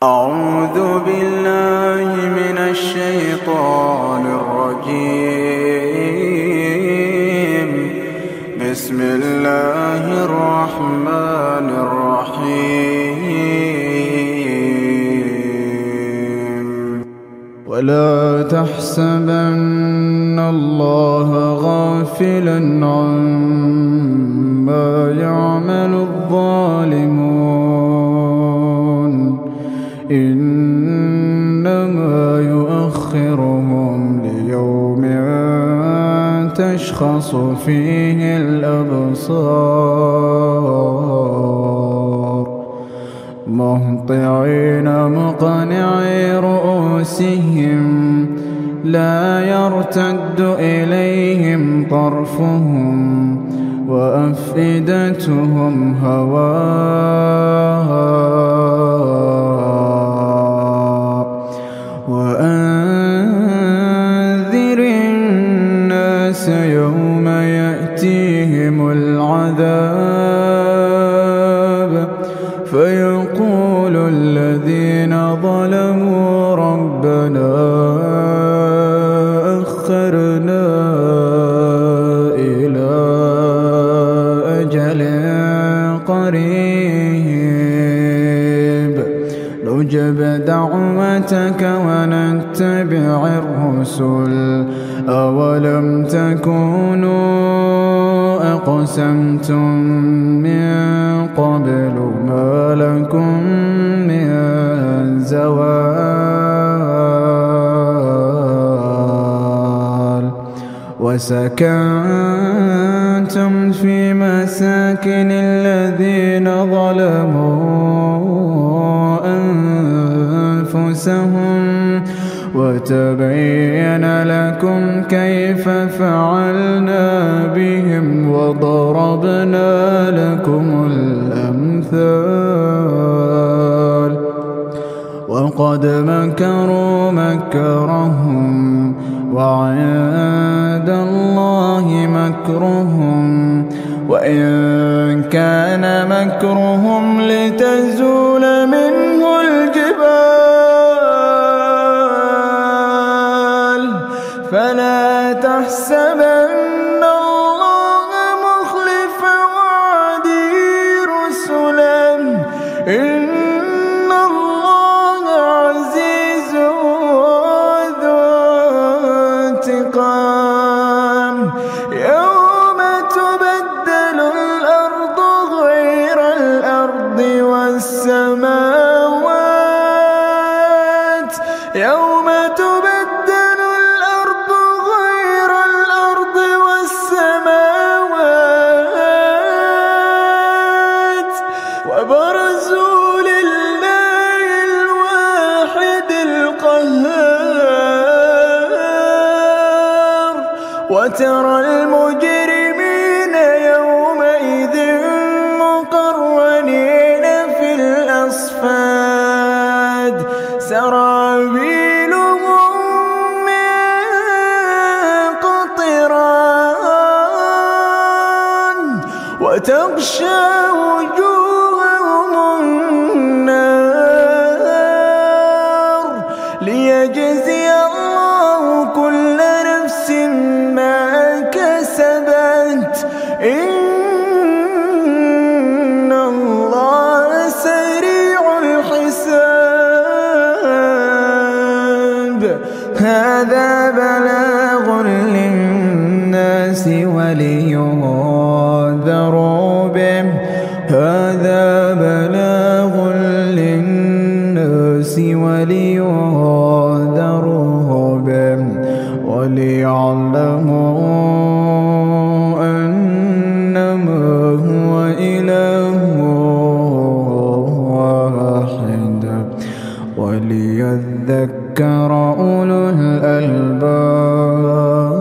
أعوذ بالله من الشيطان الرجيم. بسم الله الرحمن الرحيم. ولا تحسبن الله غافلا عما يعمل الظالمون، إنما يؤخرهم ليوم تشخص فيه الأبصار، مهطعين مقنعي رؤوسهم لا يرتد إليهم طرفهم وأفئدتهم هواء. وأنذر الناس يوم يأتيهم العذاب فيقول الذين ظلموا ربنا أخرنا إلى أجل قريب نجب دعوتك ونتبع الرسل، أولم تكونوا أقسمتم من قبل ما لكم من زوال، وسكنتم في مساكن الذين ظلموا أنفسهم وتبين لكم كيف فعلنا بهم وضربنا لكم الأمثال. وقد مكروا مكرهم وعند الله مكرهم، وإن كان مكرهم لتزول منه الجبال، فلا تحسبن الله مخلف وعده رسله، إن الله عزيز ذو انتقام. يوم تبدل الأرض غير الأرض والسماوات، يوم تبدل الأرض غير الأرض والسماوات، وبرزوا لله الواحد القهار، وترى المجرمين يومئذ مقرنين في الأصفاد، سرابيلهم من قطران، وتغشى وجوههم النار، ليجزي الله كل نفس ما كسبت، إن الله سريع الحساب. هذا بلاغ للناس ولينذروا به، هذا بلاغ للناس ولينذروا به، وليعلموا أنما هو إله واحد، وليذكر أولو الألباب.